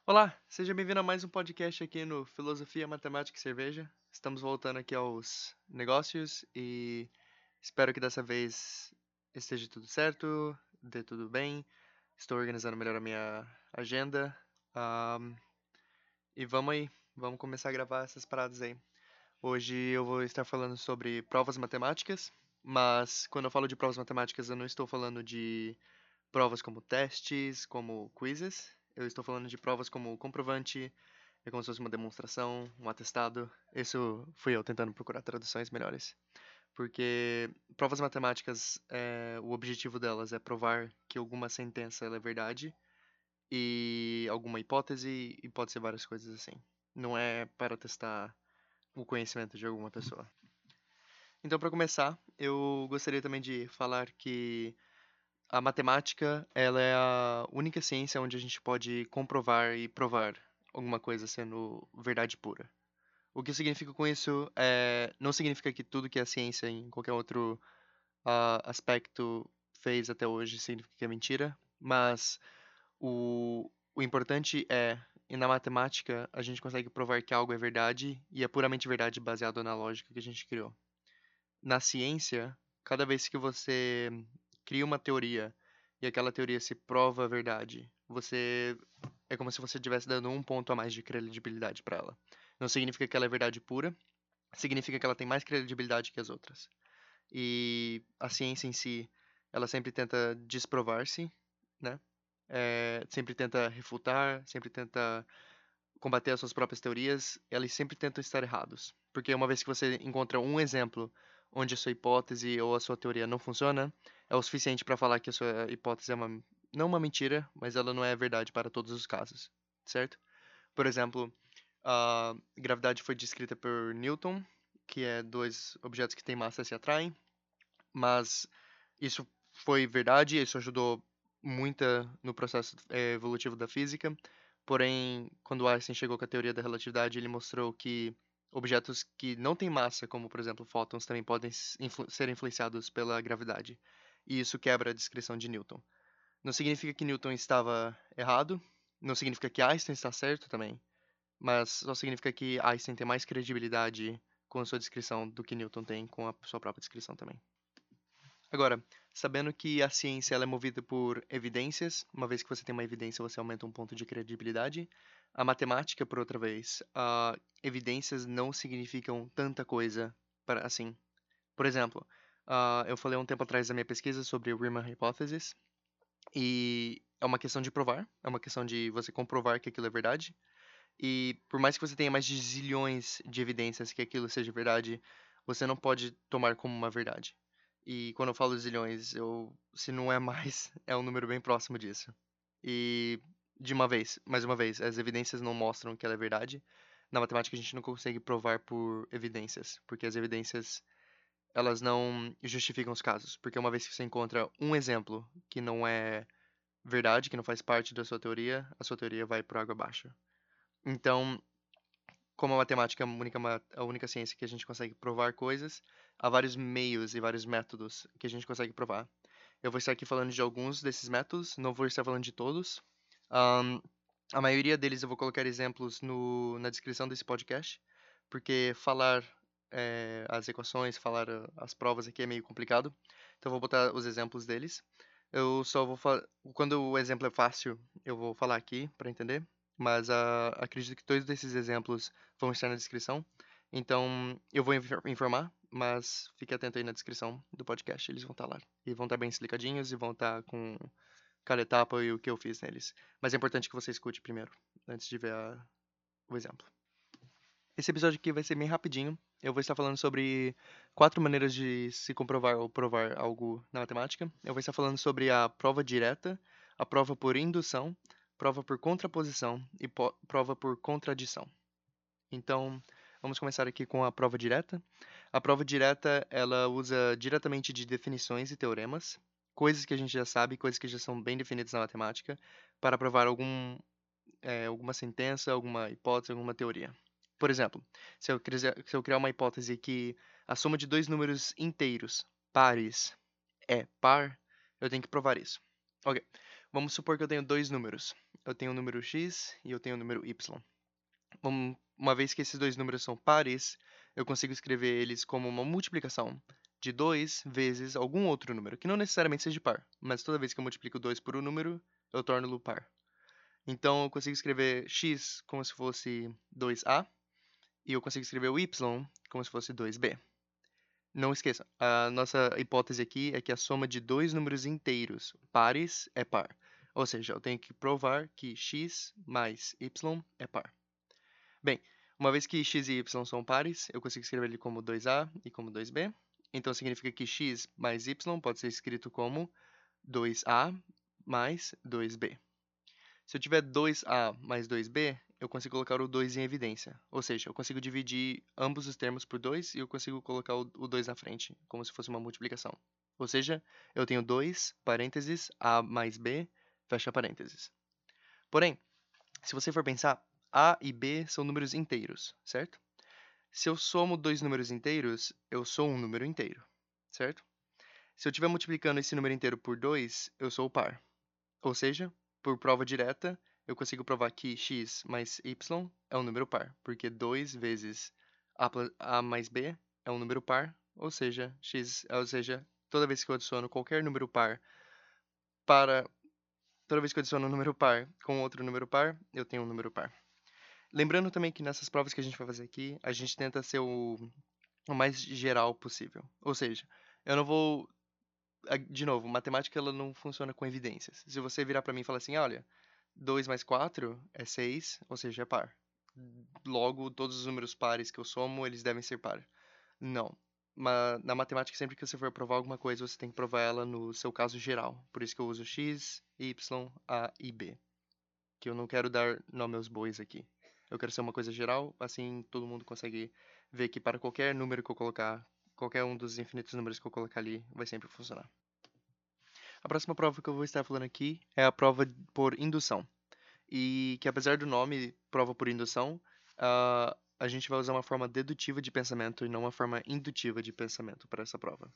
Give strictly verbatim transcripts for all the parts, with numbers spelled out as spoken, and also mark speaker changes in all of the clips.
Speaker 1: Olá, seja bem-vindo a mais um podcast aqui no Filosofia, Matemática e Cerveja. Estamos voltando aqui aos negócios e espero que dessa vez esteja tudo certo, dê tudo bem. Estou organizando melhor a minha agenda. ahm, e vamos aí, vamos começar a gravar essas paradas aí. Hoje eu vou estar falando sobre provas matemáticas, mas quando eu falo de provas matemáticas eu não estou falando de provas como testes, como quizzes. Eu estou falando de provas como comprovante, é como se fosse uma demonstração, um atestado. Isso fui eu tentando procurar traduções melhores. Porque provas matemáticas, é, o objetivo delas é provar que alguma sentença ela é verdade e alguma hipótese, e pode ser várias coisas assim. Não é para testar o conhecimento de alguma pessoa. Então, para começar, eu gostaria também de falar que a matemática, ela é a única ciência onde a gente pode comprovar e provar alguma coisa sendo verdade pura. O que significa com isso é, não significa que tudo que a ciência em qualquer outro ah, aspecto fez até hoje significa que é mentira, mas o, o importante é, e na matemática, a gente consegue provar que algo é verdade e é puramente verdade baseado na lógica que a gente criou. Na ciência, cada vez que você cria uma teoria e aquela teoria se prova a verdade, você é como se você estivesse dando um ponto a mais de credibilidade para ela. Não significa que ela é verdade pura, significa que ela tem mais credibilidade que as outras. E a ciência em si, ela sempre tenta desprovar-se, né? É, sempre tenta refutar, sempre tenta combater as suas próprias teorias, elas sempre tentam estar errados. Porque uma vez que você encontra um exemplo onde a sua hipótese ou a sua teoria não funciona, é o suficiente para falar que a sua hipótese é uma, não uma mentira, mas ela não é verdade para todos os casos, certo? Por exemplo, a gravidade foi descrita por Newton, que é dois objetos que têm massa se atraem, mas isso foi verdade, isso ajudou muita no processo eh, evolutivo da física. Porém, quando Einstein chegou com a teoria da relatividade, ele mostrou que objetos que não têm massa, como por exemplo fótons, também podem s- influ- ser influenciados pela gravidade. E isso quebra a descrição de Newton. Não significa que Newton estava errado, não significa que Einstein está certo também, mas só significa que Einstein tem mais credibilidade com a sua descrição do que Newton tem com a sua própria descrição também. Agora, sabendo que a ciência ela é movida por evidências, uma vez que você tem uma evidência, você aumenta um ponto de credibilidade. A matemática, por outra vez, ah, evidências não significam tanta coisa para assim. Por exemplo, ah, eu falei um tempo atrás da minha pesquisa sobre o Riemann Hypothesis, e é uma questão de provar, é uma questão de você comprovar que aquilo é verdade. E por mais que você tenha mais de zilhões de evidências que aquilo seja verdade, você não pode tomar como uma verdade. E quando eu falo zilhões, eu, se não é mais, é um número bem próximo disso. E de uma vez, mais uma vez, as evidências não mostram que ela é verdade. Na matemática a gente não consegue provar por evidências, porque as evidências elas não justificam os casos, porque uma vez que você encontra um exemplo que não é verdade, que não faz parte da sua teoria, a sua teoria vai por água abaixo. Então, como a matemática é a única, ma- a única ciência que a gente consegue provar coisas, há vários meios e vários métodos que a gente consegue provar. Eu vou estar aqui falando de alguns desses métodos, não vou estar falando de todos. Ahn, a maioria deles eu vou colocar exemplos no, na descrição desse podcast, porque falar eh, as equações, falar ah, as provas aqui é meio complicado. Então eu vou botar os exemplos deles. Eu só vou falar. Quando o exemplo é fácil, eu vou falar aqui para entender. Mas ah, acredito que todos esses exemplos vão estar na descrição. Então eu vou infor- informar, mas fique atento aí na descrição do podcast, eles vão estar lá. E vão estar bem explicadinhos e vão estar com cada etapa e o que eu fiz neles. Mas é importante que você escute primeiro, antes de ver a- o exemplo. Esse episódio aqui vai ser bem rapidinho. Eu vou estar falando sobre quatro maneiras de se comprovar ou provar algo na matemática. Eu vou estar falando sobre a prova direta, a prova por indução, prova por contraposição e po- prova por contradição. Então, vamos começar aqui com a prova direta. A prova direta, ela usa diretamente de definições e teoremas, coisas que a gente já sabe, coisas que já são bem definidas na matemática, para provar algum, eh, alguma sentença, alguma hipótese, alguma teoria. Por exemplo, se eu, quiser- se eu criar uma hipótese que a soma de dois números inteiros pares é par, eu tenho que provar isso. Ok, vamos supor que eu tenho dois números. eu tenho o número x e eu tenho o número y. Um, uma vez que esses dois números são pares, eu consigo escrever eles como uma multiplicação de dois vezes algum outro número, que não necessariamente seja par, mas toda vez que eu multiplico dois por um número, eu torno-o par. Então, eu consigo escrever x como se fosse dois a, e eu consigo escrever o y como se fosse dois b. Não esqueça, a nossa hipótese aqui é que a soma de dois números inteiros pares é par. Ou seja, eu tenho que provar que x mais y é par. Bem, uma vez que x e y são pares, eu consigo escrever ele como dois a e como dois b. Então, significa que x mais y pode ser escrito como dois a mais dois b. Se eu tiver dois a mais dois b, eu consigo colocar o dois em evidência. Ou seja, eu consigo dividir ambos os termos por dois e eu consigo colocar o dois na frente, como se fosse uma multiplicação. Ou seja, eu tenho dois, parênteses, a mais b, fecha parênteses. Porém, se você for pensar, a e b são números inteiros, certo? Se eu somo dois números inteiros, eu sou um número inteiro, certo? Se eu estiver multiplicando esse número inteiro por dois, eu sou o par. Ou seja, por prova direta, eu consigo provar que x mais y é um número par, porque dois vezes a, a mais b é um número par, ou seja, x, ou seja, toda vez que eu adiciono qualquer número par para toda vez que eu adiciono um número par com outro número par, eu tenho um número par. Lembrando também que nessas provas que a gente vai fazer aqui, a gente tenta ser o, o mais geral possível. Ou seja, eu não vou de novo, matemática ela não funciona com evidências. Se você virar para mim e falar assim, olha, dois mais quatro é seis, ou seja, é par. Logo, todos os números pares que eu somo, eles devem ser par. Não. Mas na matemática, sempre que você for provar alguma coisa, você tem que provar ela no seu caso geral. Por isso que eu uso x, y, a e b. Que eu não quero dar nome aos bois aqui. Eu quero ser uma coisa geral, assim todo mundo consegue ver que para qualquer número que eu colocar, qualquer um dos infinitos números que eu colocar ali, vai sempre funcionar. A próxima prova que eu vou estar falando aqui é a prova por indução. E que apesar do nome prova por indução, uh, a gente vai usar uma forma dedutiva de pensamento e não uma forma indutiva de pensamento para essa prova.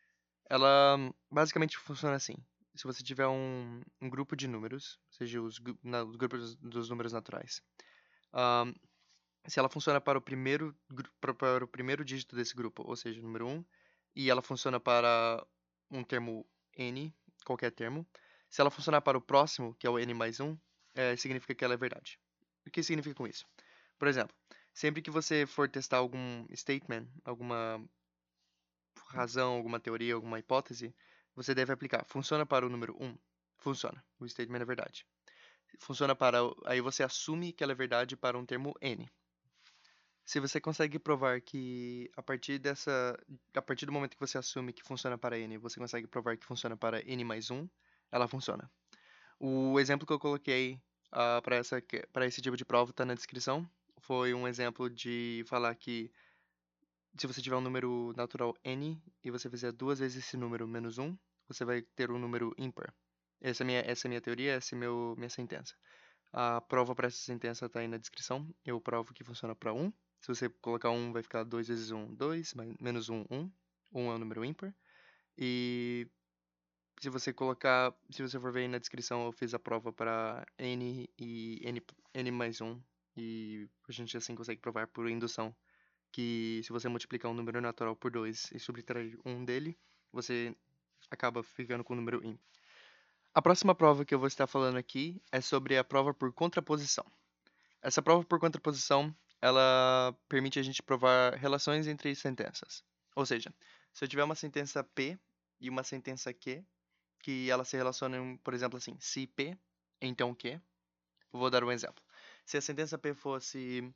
Speaker 1: Ela basicamente funciona assim. Se você tiver um, um grupo de números, seja os, na, os grupos dos números naturais, uh, se ela funciona para o primeiro para, para o primeiro dígito desse grupo, ou seja, o número um, e ela funciona para um termo n, qualquer termo, se ela funcionar para o próximo, que é o n mais um, é, significa que ela é verdade. O que significa com isso? Por exemplo, sempre que você for testar algum statement, alguma razão, alguma teoria, alguma hipótese, você deve aplicar. Funciona para o número um? Funciona. O statement é verdade. Funciona para... Aí você assume que ela é verdade para um termo n. Se você consegue provar que a partir dessa, a partir do momento que você assume que funciona para n, você consegue provar que funciona para n mais um, ela funciona. O exemplo que eu coloquei uh, para essa, para esse tipo de prova está na descrição. Foi um exemplo de falar que se você tiver um número natural n e você fizer duas vezes esse número menos um, você vai ter um número ímpar. Essa é a minha, essa é a minha teoria, essa é a meu, minha sentença. A prova para essa sentença está aí na descrição. Eu provo que funciona para um. Se você colocar um, vai ficar dois vezes um, dois, menos um, um. um é um número ímpar. E se você colocar, se você for ver aí na descrição, eu fiz a prova para n e n, n mais um. E a gente assim consegue provar por indução que se você multiplicar um número natural por dois e subtrair um dele, você acaba ficando com o número ímpar. A próxima prova que eu vou estar falando aqui é sobre a prova por contraposição. Essa prova por contraposição, ela permite a gente provar relações entre sentenças. Ou seja, se eu tiver uma sentença P e uma sentença Q, que elas se relacionam, por exemplo, assim, se P, então Q. Vou dar um exemplo. Se a sentença P fosse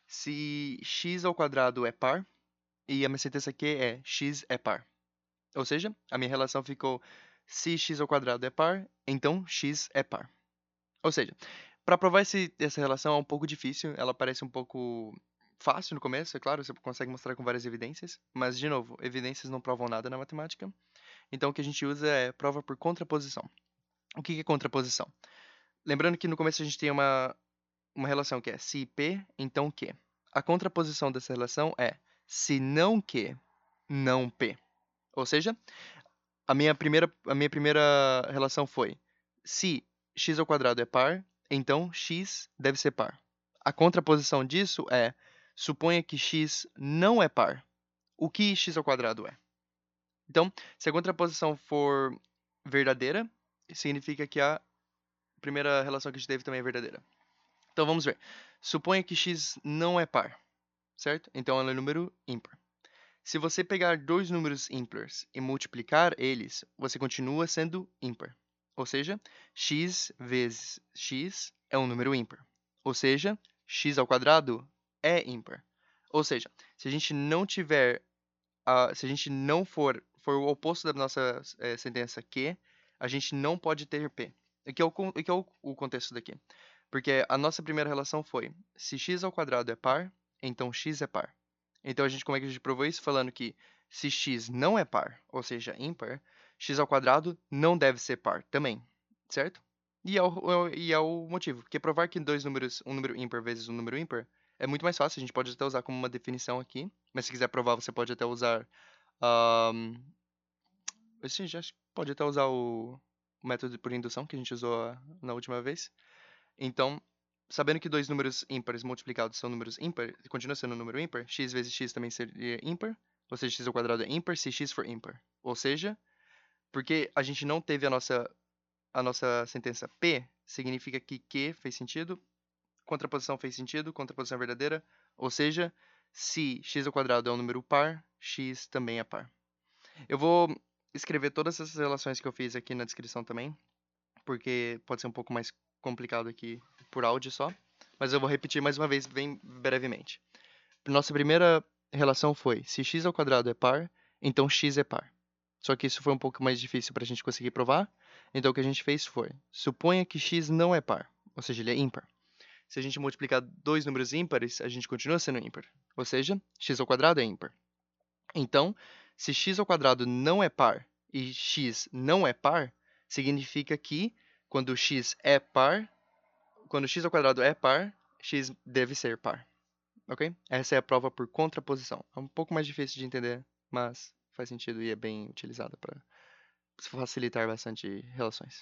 Speaker 1: se x ao quadrado é par, e a minha sentença Q é x é par. Ou seja, a minha relação ficou se x ao quadrado é par, então x é par. Ou seja, para provar esse, essa relação é um pouco difícil, ela parece um pouco fácil no começo, é claro, você consegue mostrar com várias evidências, mas, de novo, evidências não provam nada na matemática, então o que a gente usa é prova por contraposição. O que é contraposição? Lembrando que no começo a gente tem uma, uma relação que é se P, então Q. A contraposição dessa relação é se não Q, não P. Ou seja, a minha primeira, a minha primeira relação foi se x ao quadrado é par, então x deve ser par. A contraposição disso é, suponha que x não é par. O que x ao quadrado é? Então, se a contraposição for verdadeira, significa que a primeira relação que a gente teve também é verdadeira. Então, vamos ver. Suponha que x não é par, certo? Então, ela é número ímpar. Se você pegar dois números ímpares e multiplicar eles, você continua sendo ímpar. Ou seja, x vezes x é um número ímpar. Ou seja, x ao quadrado é ímpar. Ou seja, se a gente não tiver, uh, se a gente não for, for o oposto da nossa é, sentença Q, a gente não pode ter P. O que é o, o, que é o, o contexto daqui? Porque a nossa primeira relação foi, se x ao quadrado é par, então x é par. Então, a gente, como é que a gente provou isso? Falando que se x não é par, ou seja, ímpar, x ao quadrado não deve ser par também, certo? E é o, e é o motivo, porque provar que dois números, um número ímpar vezes um número ímpar, é muito mais fácil, a gente pode até usar como uma definição aqui, mas se quiser provar, você pode até usar... Um, você já pode até usar o, o método por indução, que a gente usou na última vez. Então, sabendo que dois números ímpares multiplicados são números ímpares, continua sendo um número ímpar, x vezes x também seria ímpar, ou seja, x ao quadrado é ímpar se x for ímpar. Ou seja, porque a gente não teve a nossa, a nossa sentença P, significa que Q fez sentido, contraposição fez sentido, contraposição é verdadeira, ou seja, se x ao quadrado é um número par, x também é par. Eu vou escrever todas essas relações que eu fiz aqui na descrição também, porque pode ser um pouco mais complicado aqui por áudio só, mas eu vou repetir mais uma vez bem brevemente. Nossa primeira relação foi, se x ao quadrado é par, então x é par. Só que isso foi um pouco mais difícil para a gente conseguir provar, então o que a gente fez foi, suponha que x não é par, ou seja, ele é ímpar. Se a gente multiplicar dois números ímpares, a gente continua sendo ímpar, ou seja, x ao quadrado é ímpar. Então, se x ao quadrado não é par e x não é par, significa que quando x é par, quando x ao quadrado é par, x deve ser par. Ok? Essa é a prova por contraposição. É um pouco mais difícil de entender, mas faz sentido e é bem utilizada para facilitar bastante relações.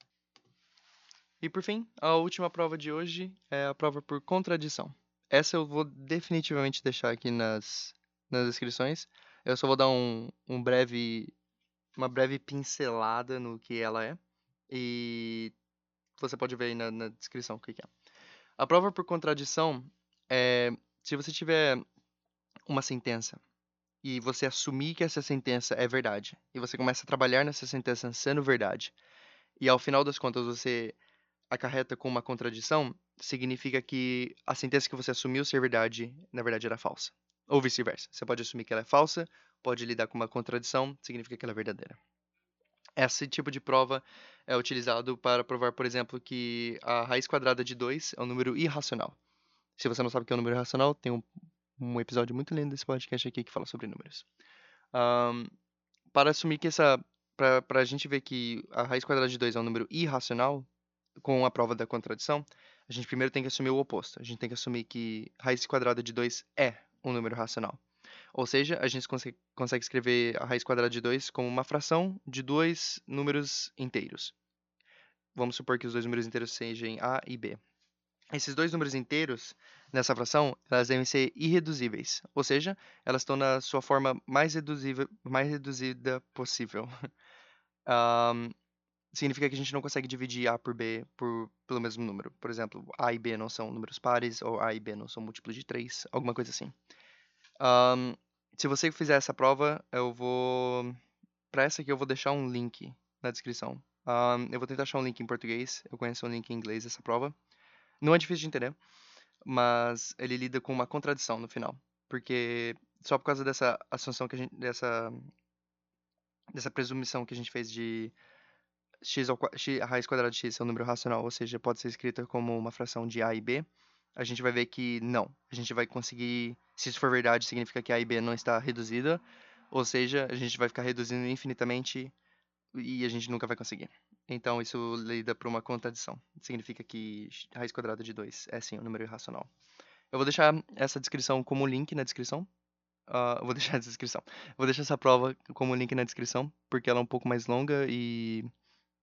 Speaker 1: E por fim, a última prova de hoje é a prova por contradição. Essa eu vou definitivamente deixar aqui nas, nas descrições. Eu só vou dar um, um breve, uma breve pincelada no que ela é. E você pode ver aí na, na descrição o que é. A prova por contradição é se você tiver uma sentença e você assumir que essa sentença é verdade, e você começa a trabalhar nessa sentença sendo verdade, e ao final das contas você acarreta com uma contradição, significa que a sentença que você assumiu ser verdade, na verdade era falsa. Ou vice-versa. Você pode assumir que ela é falsa, pode lidar com uma contradição, significa que ela é verdadeira. Esse tipo de prova é utilizado para provar, por exemplo, que a raiz quadrada de dois é um número irracional. Se você não sabe o que é um número irracional, tem um, um episódio muito lindo desse podcast aqui que fala sobre números. Um, para assumir que essa... Para a gente ver que a raiz quadrada de dois é um número irracional, com a prova da contradição, a gente primeiro tem que assumir o oposto. A gente tem que assumir que raiz quadrada de dois é um número racional. Ou seja, a gente consegue, consegue escrever a raiz quadrada de dois como uma fração de dois números inteiros. Vamos supor que os dois números inteiros sejam A e B. Esses dois números inteiros, nessa fração, elas devem ser irreduzíveis. Ou seja, elas estão na sua forma mais, reduzível, mais reduzida possível. um, significa que a gente não consegue dividir A por B por, pelo mesmo número. Por exemplo, A e B não são números pares, ou A e B não são múltiplos de três, alguma coisa assim. Um, se você fizer essa prova, eu vou... Para essa aqui eu vou deixar um link na descrição. Um, eu vou tentar achar um link em português, eu conheço um link em inglês dessa prova. Não é difícil de entender, mas ele lida com uma contradição no final. Porque só por causa dessa assunção que a gente... dessa, dessa presumição que a gente fez de x, ao, x, a raiz quadrada de x é um número racional, ou seja, pode ser escrita como uma fração de A e B, a gente vai ver que não. A gente vai conseguir, se isso for verdade, significa que A e B não está reduzida, ou seja, a gente vai ficar reduzindo infinitamente e a gente nunca vai conseguir. Então, isso lida para uma contradição. Significa que a raiz quadrada de dois é sim um número irracional. Eu vou deixar essa descrição como link na descrição. Uh, eu vou deixar essa descrição. Eu vou deixar essa prova como link na descrição, porque ela é um pouco mais longa e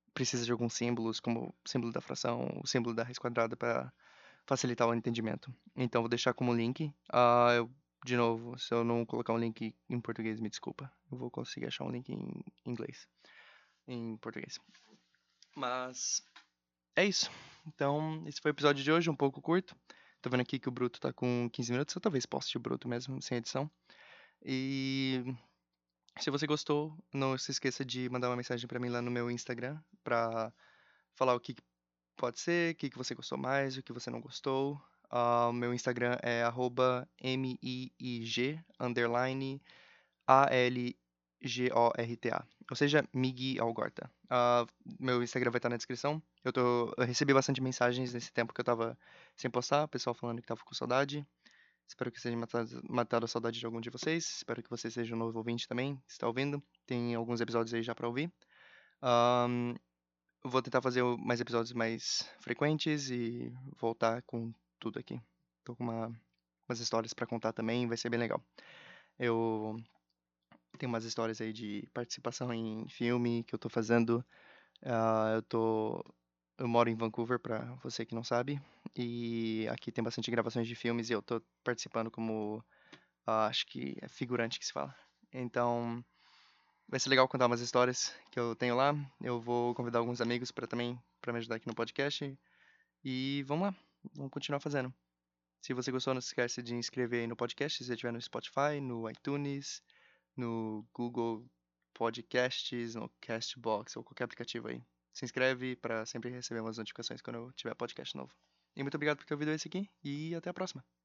Speaker 1: precisa de alguns símbolos, como o símbolo da fração, o símbolo da raiz quadrada, para facilitar o entendimento. Então, vou deixar como link. Ah, eu, de novo, se eu não colocar um link em português, me desculpa. Eu vou conseguir achar um link em inglês, em português. Mas é isso. Então, esse foi o episódio de hoje, um pouco curto. Tô vendo aqui que o Bruto tá com quinze minutos. Eu talvez poste o Bruto mesmo, sem edição. E se você gostou, não se esqueça de mandar uma mensagem pra mim lá no meu Instagram pra falar o que que pode ser, o que que você gostou mais, o que você não gostou. Ah, o meu Instagram é arroba M-I-I-G underline A-L-G-O-R-T-A. Ou seja, Migui Algorta. Ah, meu Instagram vai estar na descrição. Eu, tô, eu recebi bastante mensagens nesse tempo que eu tava sem postar, o pessoal falando que tava com saudade. Espero que seja matado, matado a saudade de algum de vocês. Espero que você seja um novo ouvinte também, está ouvindo. Tem alguns episódios aí já pra ouvir. Ahn, eu vou tentar fazer o- mais episódios mais frequentes e voltar com tudo aqui. Tô com uma, umas histórias pra contar também, vai ser bem legal. Eu tenho umas histórias aí de participação em filme que eu tô fazendo. Ah, eu tô, eu moro em Vancouver, pra você que não sabe, e aqui tem bastante gravações de filmes e eu tô participando como, ah, acho que é figurante que se fala. Então, vai ser legal contar umas histórias que eu tenho lá. Eu vou convidar alguns amigos para também para me ajudar aqui no podcast. E vamos lá, vamos continuar fazendo. Se você gostou, não se esquece de inscrever aí no podcast, se você estiver no Spotify, no iTunes, no Google Podcasts, no Castbox ou qualquer aplicativo aí. Se inscreve para sempre receber umas notificações quando eu tiver podcast novo. E muito obrigado por ter ouvido esse aqui e até a próxima.